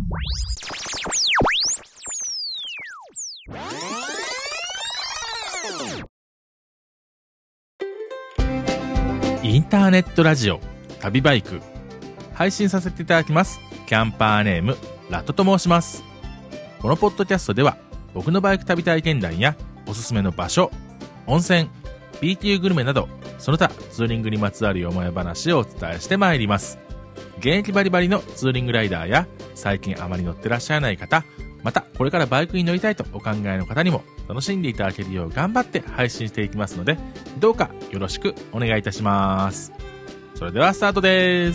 インターネットラジオ旅バイク配信させていただきます。キャンパーネームラットと申します。このポッドキャストでは僕のバイク旅体験談やおすすめの場所、温泉、B 級グルメなどその他ツーリングにまつわるよもや話をお伝えしてまいります。現役バリバリのツーリングライダーや最近あまり乗ってらっしゃらない方、またこれからバイクに乗りたいとお考えの方にも楽しんでいただけるよう頑張って配信していきますので、どうかよろしくお願いいたします。それではスタートです。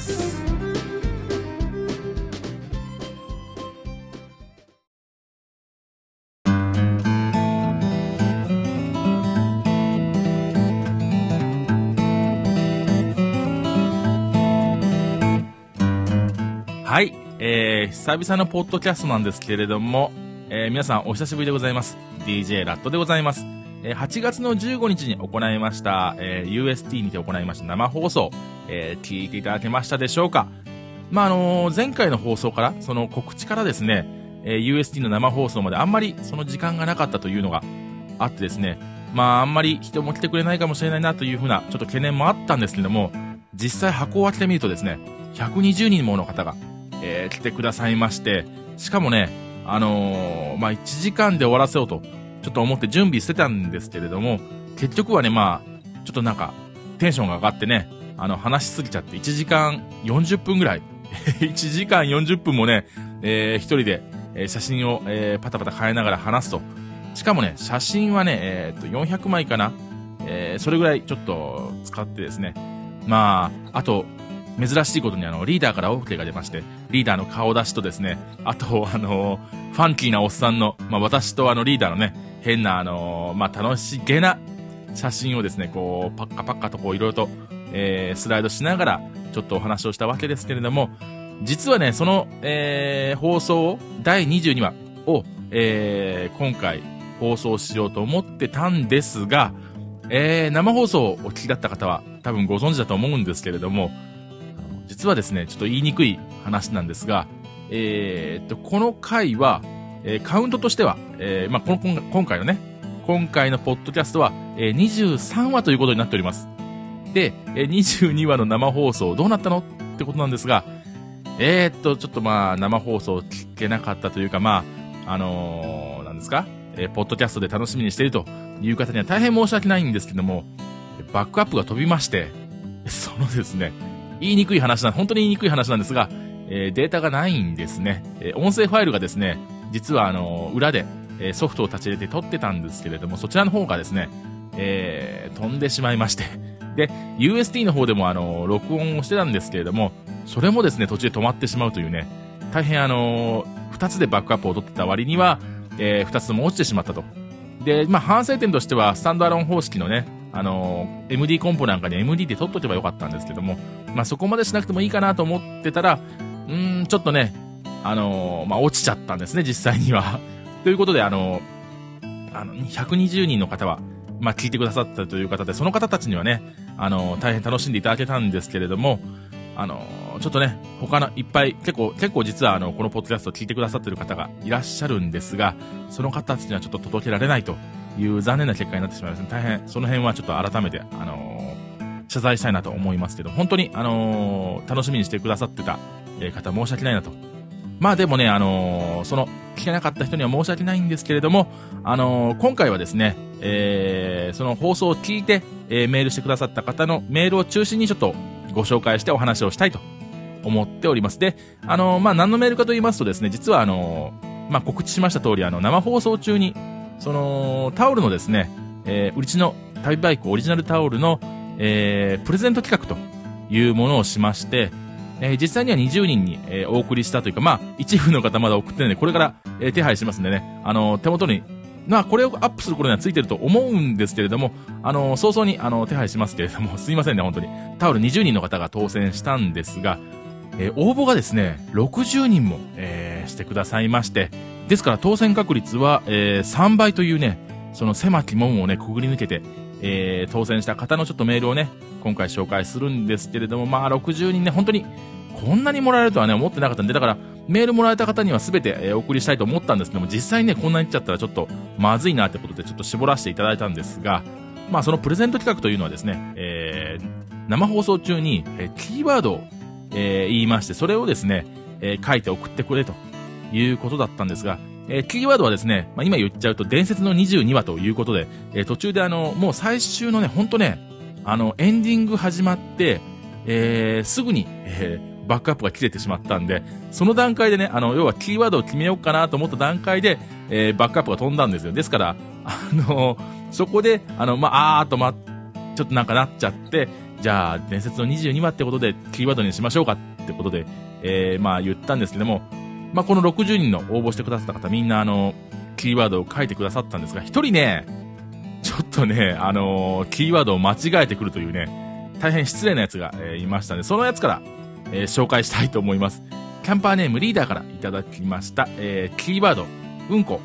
はい、久々のポッドキャストなんですけれども、皆さんお久しぶりでございます。 DJ ラットでございます。8月の15日に行いました、UST にて行いました生放送、聞いていただけましたでしょうか。前回の放送からその告知からですね、UST の生放送まであんまりその時間がなかったというのがあってですね、あんまり人も来てくれないかもしれないなというふうなちょっと懸念もあったんですけども、実際箱を開けてみるとですね、120人もの方が来てくださいまして、しかもね、1時間で終わらせようとちょっと思って準備してたんですけれども、結局はね、ちょっとなんかテンションが上がってね、話しすぎちゃって1時間40分ぐらい1時間40分もね、一人で、写真を、パタパタ変えながら話すと。しかもね、写真はね、400枚かな、それぐらいちょっと使ってですね、あと珍しいことにリーダーから OK が出まして、リーダーの顔出しとですね、あとファンキーなおっさんの、私とリーダーのね、変な楽しげな写真をですね、こうパッカパッカとこういろいろと、スライドしながらちょっとお話をしたわけですけれども、実はね、その、放送第22話を、今回放送しようと思ってたんですが、生放送をお聞きだった方は多分ご存知だと思うんですけれども、実はですね、ちょっと言いにくい話なんですが、この回は、カウントとしては、今回のね、今回のポッドキャストは、23話ということになっております。で、22話の生放送どうなったのってことなんですが、ちょっと生放送聞けなかったというか、なんですか、ポッドキャストで楽しみにしているという方には大変申し訳ないんですけども、バックアップが飛びまして、そのですね、本当に言いにくい話なんですが、データがないんですね。音声ファイルがですね、実は裏で、ソフトを立ち入れて撮ってたんですけれども、そちらの方がですね、飛んでしまいまして、で UST の方でも録音をしてたんですけれども、それもですね途中で止まってしまうというね、大変2つでバックアップを取ってた割には、2つとも落ちてしまったと。で反省点としてはスタンドアロン方式のね、MD コンポなんかに MD で撮っとけばよかったんですけども、そこまでしなくてもいいかなと思ってたら、ちょっとね、落ちちゃったんですね、実際には。ということで、120人の方は、聞いてくださったという方で、その方たちにはね、大変楽しんでいただけたんですけれども、ちょっとね、他のいっぱい、結構実はこのポッドキャストを聞いてくださっている方がいらっしゃるんですが、その方たちにはちょっと届けられないという残念な結果になってしまいますね。大変、その辺はちょっと改めて、謝罪したいなと思いますけど、本当に、楽しみにしてくださってた、方申し訳ないなと。でもね、その、聞けなかった人には申し訳ないんですけれども、今回はですね、その放送を聞いて、メールしてくださった方のメールを中心にちょっとご紹介してお話をしたいと思っております。で、何のメールかと言いますとですね、実は告知しました通り、生放送中に、その、タオルのですね、うちの旅バイクオリジナルタオルの、プレゼント企画というものをしまして、実際には20人に、お送りしたというか、一部の方まだ送ってないので、これから、手配しますんでね、手元に、これをアップする頃にはついてると思うんですけれども、早々に、手配しますけれども、すいませんね、本当に。タオル20人の方が当選したんですが、応募がですね、60人も、してくださいまして、ですから当選確率は、3倍というね、その狭き門をね、くぐり抜けて、当選した方のちょっとメールをね、今回紹介するんですけれども、60人ね、本当にこんなにもらえるとはね、思ってなかったんで、だからメールもらえた方には全て、お送りしたいと思ったんですけども、実際にね、こんなに言っちゃったらちょっとまずいなってことでちょっと絞らせていただいたんですが、まあそのプレゼント企画というのはですね、生放送中に、キーワードを、言いまして、それをですね、書いて送ってくれということだったんですが、キーワードはですね、まあ、今言っちゃうと伝説の22話ということで、途中でもう最終のね、ほんとね、エンディング始まって、すぐに、バックアップが切れてしまったんで、その段階でね、要はキーワードを決めようかなと思った段階で、バックアップが飛んだんですよ。ですから、そこで、ちょっとなんかなっちゃって、じゃあ、伝説の22話ってことで、キーワードにしましょうかってことで、まあ言ったんですけども、まあこの60人の応募してくださった方、みんなキーワードを書いてくださったんですが、一人ね、ちょっとね、キーワードを間違えてくるというね、大変失礼なやつが、いましたので、そのやつから、紹介したいと思います。キャンパーネームリーダーからいただきました。キーワード、うんこ。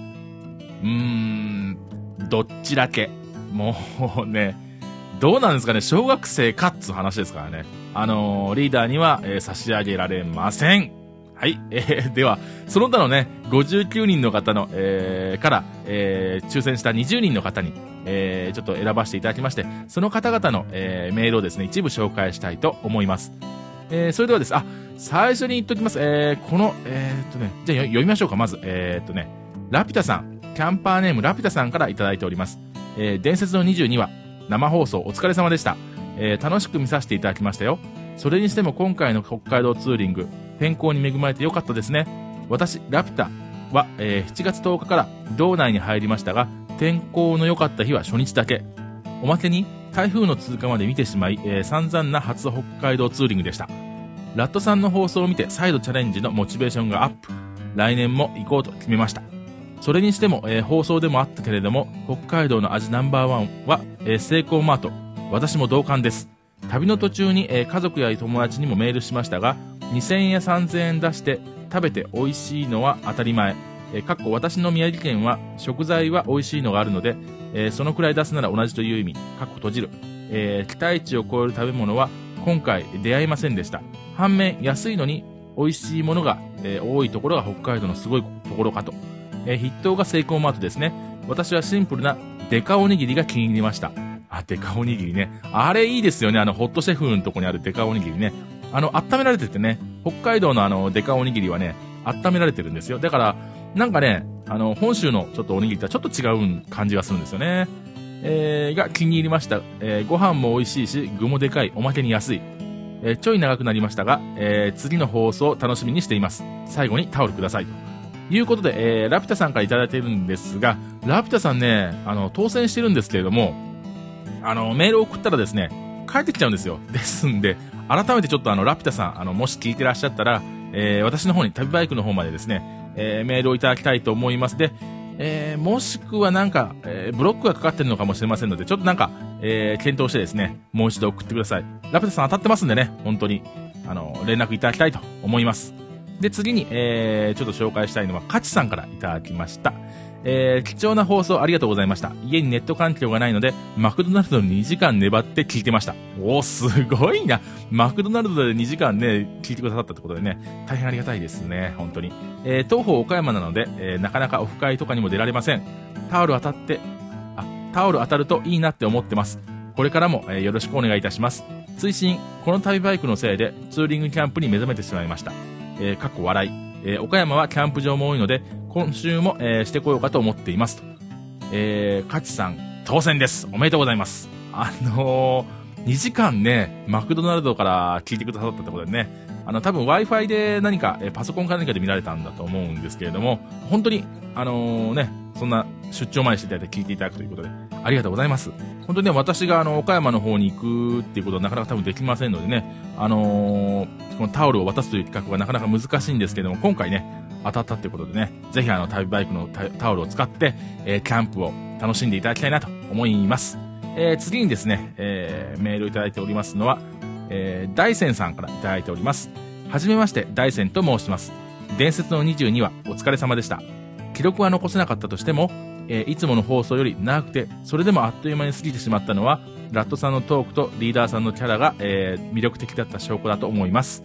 どっちだけ。もうね、どうなんですかね、小学生かっつう話ですからね。リーダーには、差し上げられません。はい。では、その他のね、59人の方の、から、抽選した20人の方に、ちょっと選ばせていただきまして、その方々の、メールをですね、一部紹介したいと思います。それではです、最初に言っときます。この、じゃあ読みましょうか、まず。ラピュタさん、キャンパーネームラピュタさんからいただいております。伝説の22話、生放送お疲れ様でした。楽しく見させていただきましたよ。それにしても今回の北海道ツーリング、天候に恵まれてよかったですね。私、ラピュタは、7月10日から道内に入りましたが、天候の良かった日は初日だけ。おまけに、台風の通過まで見てしまい、散々な初北海道ツーリングでした。ラットさんの放送を見て再度チャレンジのモチベーションがアップ。来年も行こうと決めました。それにしても、放送でもあったけれども、北海道の味ナンバーワンは、セイコーマート。私も同感です。旅の途中に、家族や友達にもメールしましたが、2000円や3000円出して食べて美味しいのは当たり前。私の宮城県は食材は美味しいのがあるので、そのくらい出すなら同じという意味。閉じる。期待値を超える食べ物は今回出会いませんでした。反面安いのに美味しいものが、多いところが北海道のすごいところかと。筆頭がセイコーマートですね。私はシンプルなデカおにぎりが気に入りました。デカおにぎりね。あれいいですよね。ホットシェフのとこにあるデカおにぎりね。温められててね、北海道のデカおにぎりはね、温められてるんですよ。だから、なんかね、本州のちょっとおにぎりとはちょっと違う感じがするんですよね。が気に入りました。ご飯も美味しいし、具もでかい、おまけに安い。ちょい長くなりましたが、次の放送を楽しみにしています。最後にタオルください。ということで、ラピュタさんからいただいているんですが、ラピュタさんね、当選してるんですけれども、メールを送ったらですね、帰ってきちゃうんですよ。ですんで、改めてちょっとラピュタさん、もし聞いてらっしゃったら、私の方に旅バイクの方までですね、メールをいただきたいと思います。で、もしくはなんか、ブロックがかかってるのかもしれませんので、ちょっとなんか、検討してですね、もう一度送ってください。ラピュタさん当たってますんでね、本当に、連絡いただきたいと思います。で、次に、ちょっと紹介したいのは、カチさんからいただきました。貴重な放送ありがとうございました。家にネット環境がないので、マクドナルドに2時間粘って聞いてました。すごいな。マクドナルドで2時間ね、聞いてくださったってことでね、大変ありがたいですね、本当に。東方岡山なので、なかなかオフ会とかにも出られません。タオル当たるといいなって思ってます。これからも、よろしくお願いいたします。追伸、この旅バイクのせいで、ツーリングキャンプに目覚めてしまいました。笑い。岡山はキャンプ場も多いので、今週も、してこようかと思っていますと。カチさん、当選です。おめでとうございます。2時間ね、マクドナルドから聞いてくださったってことでね、多分 Wi-Fi で何か、パソコンか何かで見られたんだと思うんですけれども、本当に、そんな出張前にしていただいて聞いていただくということで、ありがとうございます。本当にね、私が岡山の方に行くっていうことはなかなか多分できませんのでね、このタオルを渡すという企画はなかなか難しいんですけども、今回ね、当たったっていうことでね、ぜひ旅バイクのタオルを使って、キャンプを楽しんでいただきたいなと思います。次にですね、メールをいただいておりますのは、大仙さんからいただいております。はじめまして、大仙と申します。伝説の22話、お疲れ様でした。記録は残せなかったとしても、いつもの放送より長くて、それでもあっという間に過ぎてしまったのは、ラットさんのトークとリーダーさんのキャラが、魅力的だった証拠だと思います。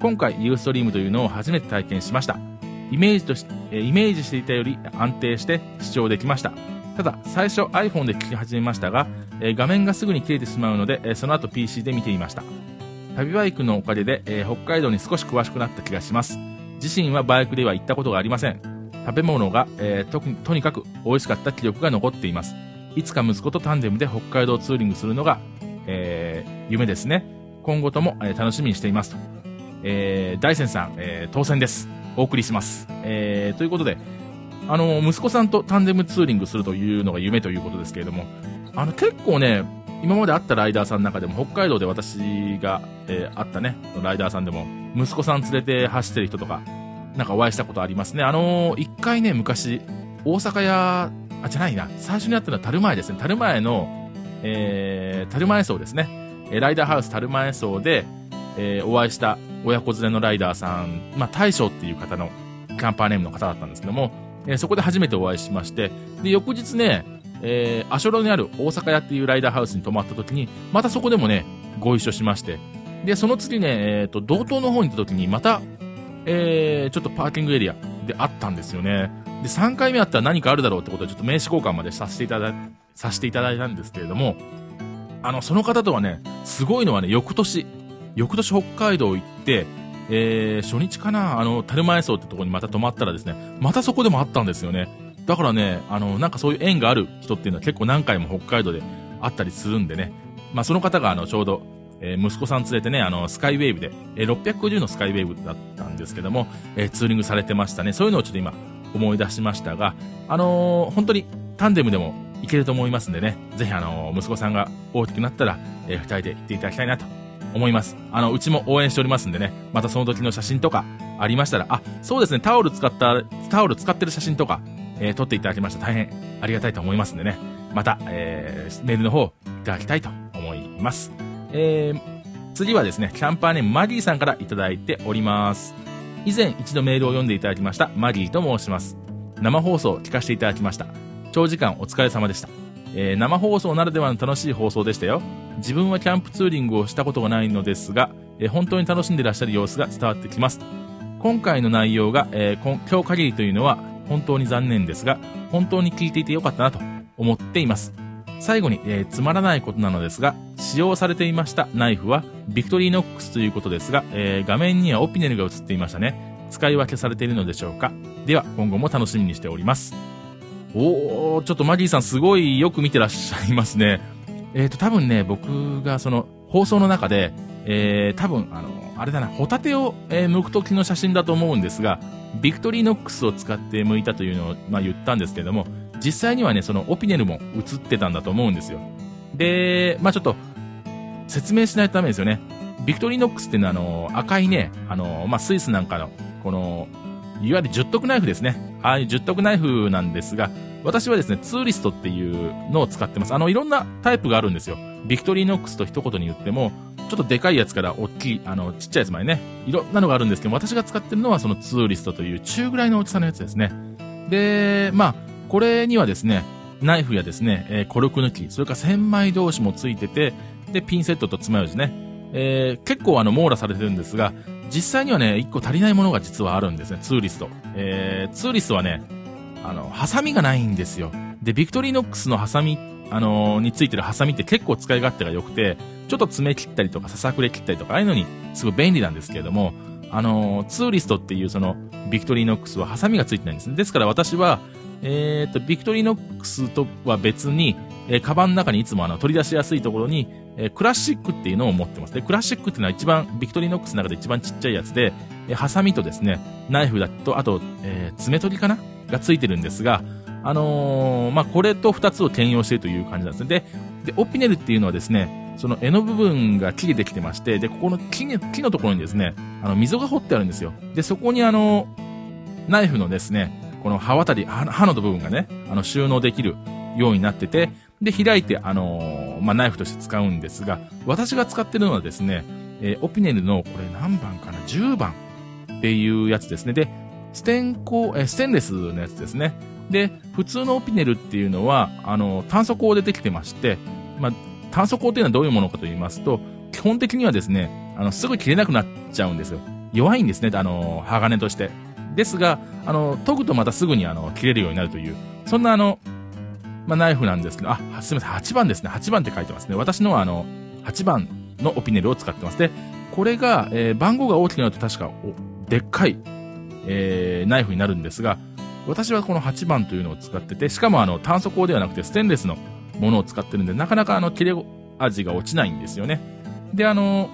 今回ユーストリームというのを初めて体験しました。イメージしていたより安定して視聴できました。ただ最初 iPhone で聞き始めましたが、画面がすぐに切れてしまうので、その後 PC で見ていました。旅バイクのおかげで、北海道に少し詳しくなった気がします。自身はバイクでは行ったことがありません。食べ物が、とにかく美味しかった記憶が残っています。いつか息子とタンデムで北海道ツーリングするのが、夢ですね。今後とも、楽しみにしていますと。大仙さん、当選です。お送りします。ということで、息子さんとタンデムツーリングするというのが夢ということですけれども、結構ね、今まで会ったライダーさんの中でも、北海道で私が、会ったね、ライダーさんでも、息子さん連れて走ってる人とか、なんかお会いしたことありますね。一回ね、昔、大阪屋、じゃないな、最初に会ったのは樽前ですね。樽前の、樽前荘ですね。ライダーハウス樽前荘で、お会いした親子連れのライダーさん、大将っていう方の、キャンパーネームの方だったんですけども、そこで初めてお会いしまして、で、翌日ね、足寄にある大阪屋っていうライダーハウスに泊まった時に、またそこでもね、ご一緒しまして、で、その次ね、道東の方に行った時に、また、ちょっとパーキングエリアで会ったんですよね。で、3回目会ったら何かあるだろうってことで、ちょっと名刺交換までさせていただいたんですけれども、その方とはね、すごいのはね、翌年北海道行って、初日かな、樽前荘ってとこにまた泊まったらですね、またそこでも会ったんですよね。だからね、なんかそういう縁がある人っていうのは結構何回も北海道で会ったりするんでね、その方がちょうど、息子さん連れてね、スカイウェーブで、650のスカイウェーブだったんですけども、ツーリングされてましたね。そういうのをちょっと今思い出しましたが、本当にタンデムでも行けると思いますんでね、ぜひ息子さんが大きくなったら、2人で行っていただきたいなと思います。うちも応援しておりますんでね、またその時の写真とかありましたら、そうですね、タオル使ってる写真とか、撮っていただきました。大変ありがたいと思いますんでね、また、メールの方いただきたいと思います。次はですね、キャンパーネームマギーさんからいただいております。以前一度メールを読んでいただきましたマギーと申します。生放送を聞かせていただきました。長時間お疲れ様でした。生放送ならではの楽しい放送でしたよ。自分はキャンプツーリングをしたことがないのですが、本当に楽しんでいらっしゃる様子が伝わってきます。今回の内容が、今日限りというのは本当に残念ですが、本当に聞いていてよかったなと思っています。最後に、つまらないことなのですが、使用されていましたナイフはビクトリーノックスということですが、画面にはオピネルが映っていましたね。使い分けされているのでしょうか。では今後も楽しみにしております。ちょっとマギーさんすごいよく見てらっしゃいますね。多分ね、僕がその放送の中で、多分あれだな、ホタテを、剥く時の写真だと思うんですが、ビクトリーノックスを使って剥いたというのを、言ったんですけれども、実際にはね、そのオピネルも映ってたんだと思うんですよ。で、ちょっと説明しないとダメですよね。ビクトリーノックスっていうのは赤いね、スイスなんかのこのいわゆる十徳ナイフですね。ああいう十徳ナイフなんですが、私はですね、ツーリストっていうのを使ってます。いろんなタイプがあるんですよ。ビクトリーノックスと一言に言っても、ちょっとでかいやつから大きい、ちっちゃいやつまでね、いろんなのがあるんですけど、私が使ってるのはそのツーリストという中ぐらいの大きさのやつですね。で、これにはですね、ナイフやですね、コルク抜き、それから千枚同士もついてて、で、ピンセットと爪楊枝ね。結構網羅されてるんですが、実際にはね、一個足りないものが実はあるんですね、ツーリスト。ツーリストはね、ハサミがないんですよ。で、ビクトリーノックスのハサミ、についてるハサミって結構使い勝手が良くて、ちょっと爪切ったりとか、ささくれ切ったりとか、ああいうのにすごい便利なんですけれども、ツーリストっていうその、ビクトリーノックスはハサミがついてないんですね。ですから私は、ビクトリーノックスとは別に、カバンの中にいつも取り出しやすいところに、クラシックっていうのを持ってます。で、クラシックっていうのは一番、ビクトリーノックスの中で一番ちっちゃいやつで、ハサミとですね、ナイフだと、あと、爪研ぎかながついてるんですが、これと2つを兼用しているという感じなんですね。で、オピネルっていうのはですね、その柄の部分が木でできてまして、で、ここの木のところにですね、溝が掘ってあるんですよ。で、そこにナイフのですね、この刃の部分がね、収納できるようになってて、で、開いて、ナイフとして使うんですが、私が使ってるのはですね、オピネルの、これ何番かな ?10 番っていうやつですね。で、ステンレスのやつですね。で、普通のオピネルっていうのは、炭素鋼でできてまして、炭素鋼っていうのはどういうものかと言いますと、基本的にはですね、すぐ切れなくなっちゃうんですよ。 弱いんですね、鋼として。ですが、研ぐとまたすぐに切れるようになるという、そんなナイフなんですけど、すみません、8番ですね。8番って書いてますね。私のは8番のオピネルを使ってます。で、これが、番号が大きくなると確か、でっかい、ナイフになるんですが、私はこの8番というのを使ってて、しかも炭素鋼ではなくてステンレスのものを使ってるんで、なかなか切れ味が落ちないんですよね。で、この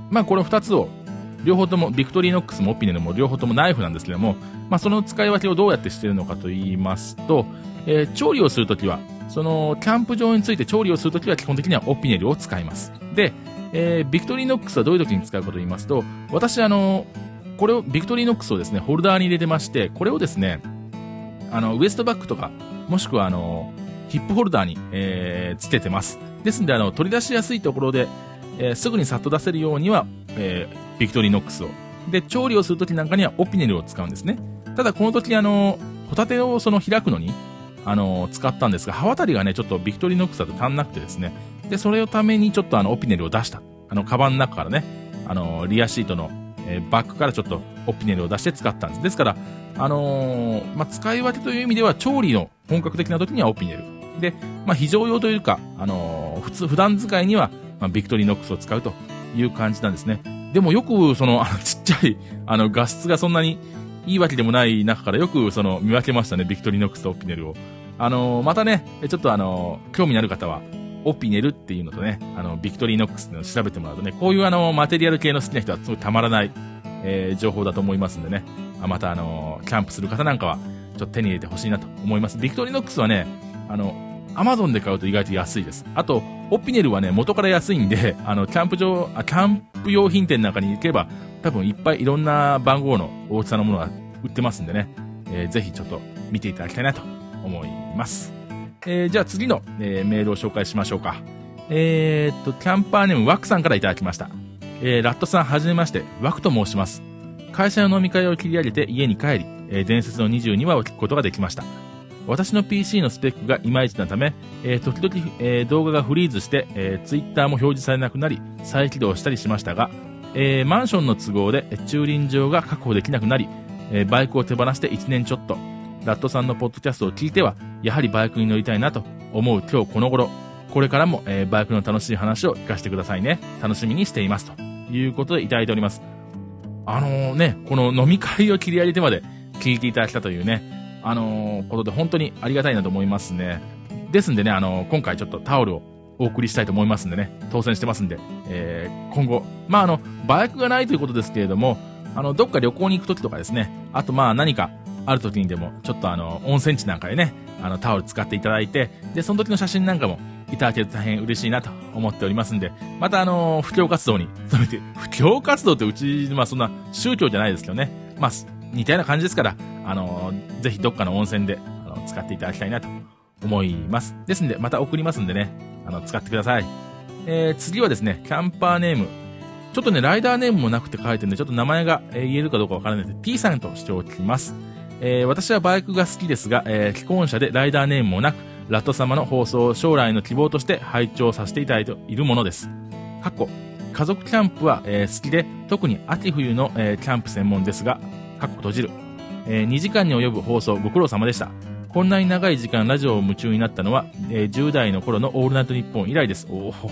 2つを、両方とも、ビクトリーノックスもオピネルも両方ともナイフなんですけども、その使い分けをどうやってしているのかと言いますと、調理をするときは、キャンプ場について調理をするときは基本的にはオピネルを使います。で、ビクトリーノックスはどういう時に使うかと言いますと、私これを、ビクトリーノックスをですね、ホルダーに入れてまして、これをですね、ウエストバッグとか、もしくはヒップホルダーに、つけてます。ですので、取り出しやすいところで、すぐにさっと出せるようには、ビクトリーノックスを。で、調理をするときなんかにはオピネルを使うんですね。ただ、この時ホタテを開くのに、使ったんですが、刃渡りがね、ちょっとビクトリーノックスだと足んなくてですね。で、それをためにちょっとオピネルを出した。カバンの中からね、リアシートの、バッグからちょっとオピネルを出して使ったんです。ですから、使い分けという意味では、調理の本格的な時にはオピネル。で、非常用というか、普段使いには、ビクトリーノックスを使うという感じなんですね。でもよく、ちっちゃい、画質がそんなにいいわけでもない中からよく、見分けましたね、ビクトリーノックスとオピネルを。またね、ちょっと興味のある方は、オピネルっていうのとね、ビクトリーノックスっていうのを調べてもらうとね、こういうマテリアル系の好きな人はすごいたまらない、情報だと思いますんでね。またキャンプする方なんかは、ちょっと手に入れてほしいなと思います。ビクトリーノックスはね、アマゾンで買うと意外と安いです。あと、オピネルはね、元から安いんで、キャンプ用品店なんかに行けば、多分いっぱいいろんな番号の大きさのものが売ってますんでね、ぜひちょっと見ていただきたいなと思います。じゃあ次の、メールを紹介しましょうか。キャンパーネームワクさんからいただきました。ラットさんはじめまして、ワクと申します。会社の飲み会を切り上げて家に帰り、伝説の22話を聞くことができました。私の PC のスペックがいまいちなため、時々、動画がフリーズして、Twitter も表示されなくなり、再起動したりしましたが、マンションの都合で駐輪場が確保できなくなり、バイクを手放して1年ちょっと、ラットさんのポッドキャストを聞いては、やはりバイクに乗りたいなと思う今日この頃、これからも、バイクの楽しい話を聞かせてくださいね。楽しみにしています。ということでいただいております。この飲み会を切り上げてまで聞いていただけたというね、ことで本当にありがたいなと思いますね。ですんでね、今回ちょっとタオルをお送りしたいと思いますんでね、当選してますんで、今後、バイクがないということですけれども、どっか旅行に行くときとかですね、あと何かあるときにでも、ちょっと温泉地なんかでね、タオル使っていただいて、で、その時の写真なんかもいただけると大変嬉しいなと思っておりますんで、また布教活動に努めて、布教活動ってうち、そんな宗教じゃないですけどね、似たような感じですから、ぜひどっかの温泉で、使っていただきたいなと思います。ですんで、また送りますんでね、使ってください。次はですね、キャンパーネーム。ちょっとね、ライダーネームもなくて書いてるんで、ちょっと名前が、言えるかどうかわからないので、P さんとしておきます。私はバイクが好きですが、既婚者でライダーネームもなく、ラット様の放送を将来の希望として拝聴させていただいているものです。家族キャンプは、好きで、特に秋冬の、キャンプ専門ですが、閉じる。2時間に及ぶ放送ご苦労様でした。こんなに長い時間ラジオを夢中になったのは、10代の頃のオールナイトニッポン以来です。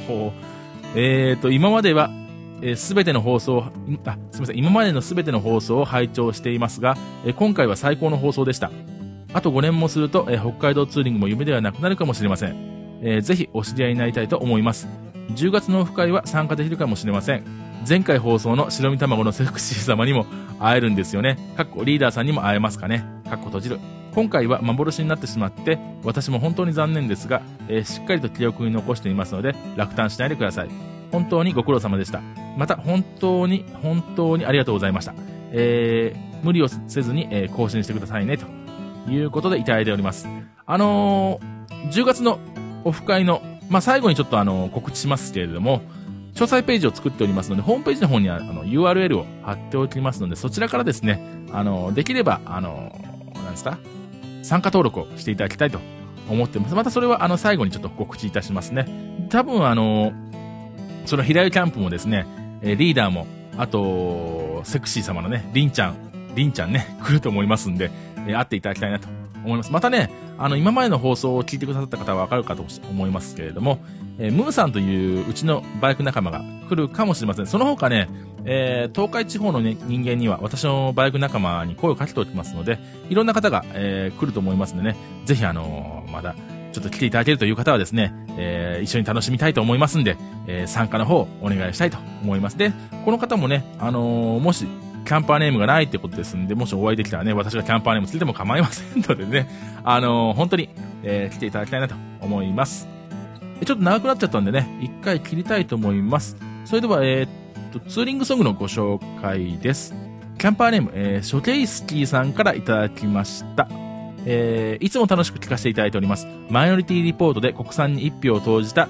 今までは、すべての放送、今までのすべての放送を拝聴していますが、今回は最高の放送でした。あと5年もすると、北海道ツーリングも夢ではなくなるかもしれません。ぜひお知り合いになりたいと思います。10月のオフ会は参加できるかもしれません。前回放送の白身卵のセクシー様にも会えるんですよね。リーダーさんにも会えますかね。閉じる。今回は幻になってしまって、私も本当に残念ですが、しっかりと記憶に残していますので、落胆しないでください。本当にご苦労様でした。また、本当にありがとうございました。無理をせずに、更新してくださいね。ということでいただいております。10月のオフ会の、最後にちょっと告知しますけれども、詳細ページを作っておりますので、ホームページの方にはURL を貼っておきますので、そちらからですね、できれば、なんですか、参加登録をしていただきたいと思っています。またそれは最後にちょっと告知いたしますね。多分その平井キャンプもですね、リーダーも、あと、 セクシー様のね、りんちゃんね、来ると思いますんで、会っていただきたいなと思います。またね、今までの放送を聞いてくださった方はわかるかと思いますけれども、ムーさんといううちのバイク仲間が来るかもしれません。その他ね、東海地方の、ね、人間には私のバイク仲間に声をかけておきますので、いろんな方が、来ると思いますのでね、ぜひまだちょっと来ていただけるという方はですね、一緒に楽しみたいと思いますんで、参加の方お願いしたいと思います。で、この方もね、もしキャンパーネームがないってことですんで、もしお会いできたらね、私がキャンパーネームつけても構いませんのでね、本当に、来ていただきたいなと思います。ちょっと長くなっちゃったんでね、一回切りたいと思います。それでは、ツーリングソングのご紹介です。キャンパーネーム、ショケイスキーさんからいただきました。いつも楽しく聞かせていただいております。マイノリティリポートで国産に1票を投じた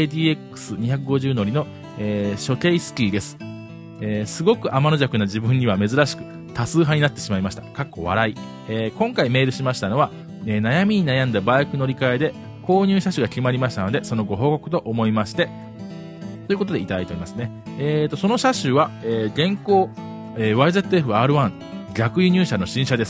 KDX250 乗りの、ショケイスキーです。すごく天の弱な自分には珍しく多数派になってしまいました。かっこ笑い。今回メールしましたのは、悩みに悩んだバイク乗り換えで購入車種が決まりましたので、そのご報告と思いまして、ということでいただいておりますね。その車種は、現行、YZF-R1 逆輸入車の新車です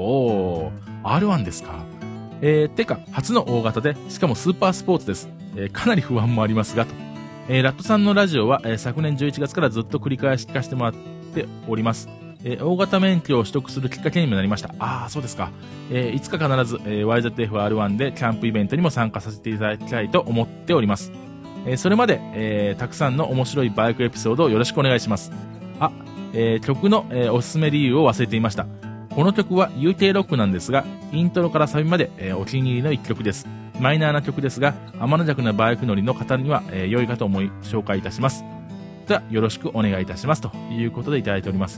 。R1 ですか。てか、初の大型で、しかもスーパースポーツです。かなり不安もありますが、と。ラットさんのラジオは、昨年11月からずっと繰り返し聞かせてもらっております。大型免許を取得するきっかけにもなりました。そうですか。いつか必ず、YZF-R1 でキャンプイベントにも参加させていただきたいと思っております。それまで、たくさんの面白いバイクエピソードをよろしくお願いします。曲の、おすすめ理由を忘れていました。この曲は UK ロックなんですが、イントロからサビまで、お気に入りの一曲です。マイナーな曲ですが、天の弱なバイク乗りの方には、良いかと思い紹介いたします。では、よろしくお願いいたします。ということでいただいております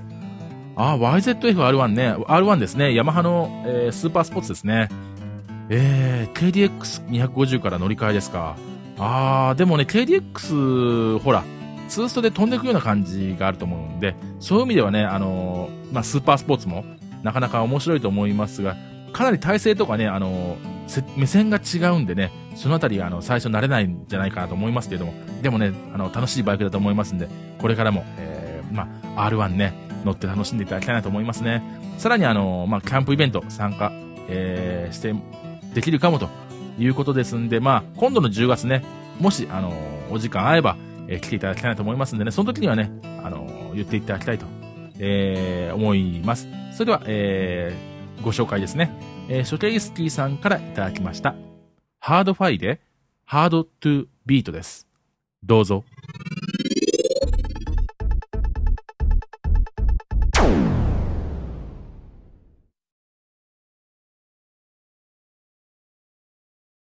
。YZF-R1 ね、R1 ですね。ヤマハの、スーパースポーツですね。KDX250 から乗り換えですか。でもね、KDX、ほら、ツーストで飛んでいくような感じがあると思うんで、そういう意味ではね、スーパースポーツもなかなか面白いと思いますが、かなり体勢とかね、目線が違うんでね、そのあたり、最初慣れないんじゃないかなと思いますけれども、でもね、楽しいバイクだと思いますんで、これからも、R1 ね、乗って楽しんでいただきたいなと思いますね。さらにキャンプイベント参加、して、できるかもということですんで、今度の10月ね、もし、お時間合えば、来ていただきたいなと思いますんでね、その時にはね、言っていただきたいと、思います。それでは、ご紹介ですね。ショケイスキーさんからいただきました。ハードファイで、ハードトゥビートです。どうぞ。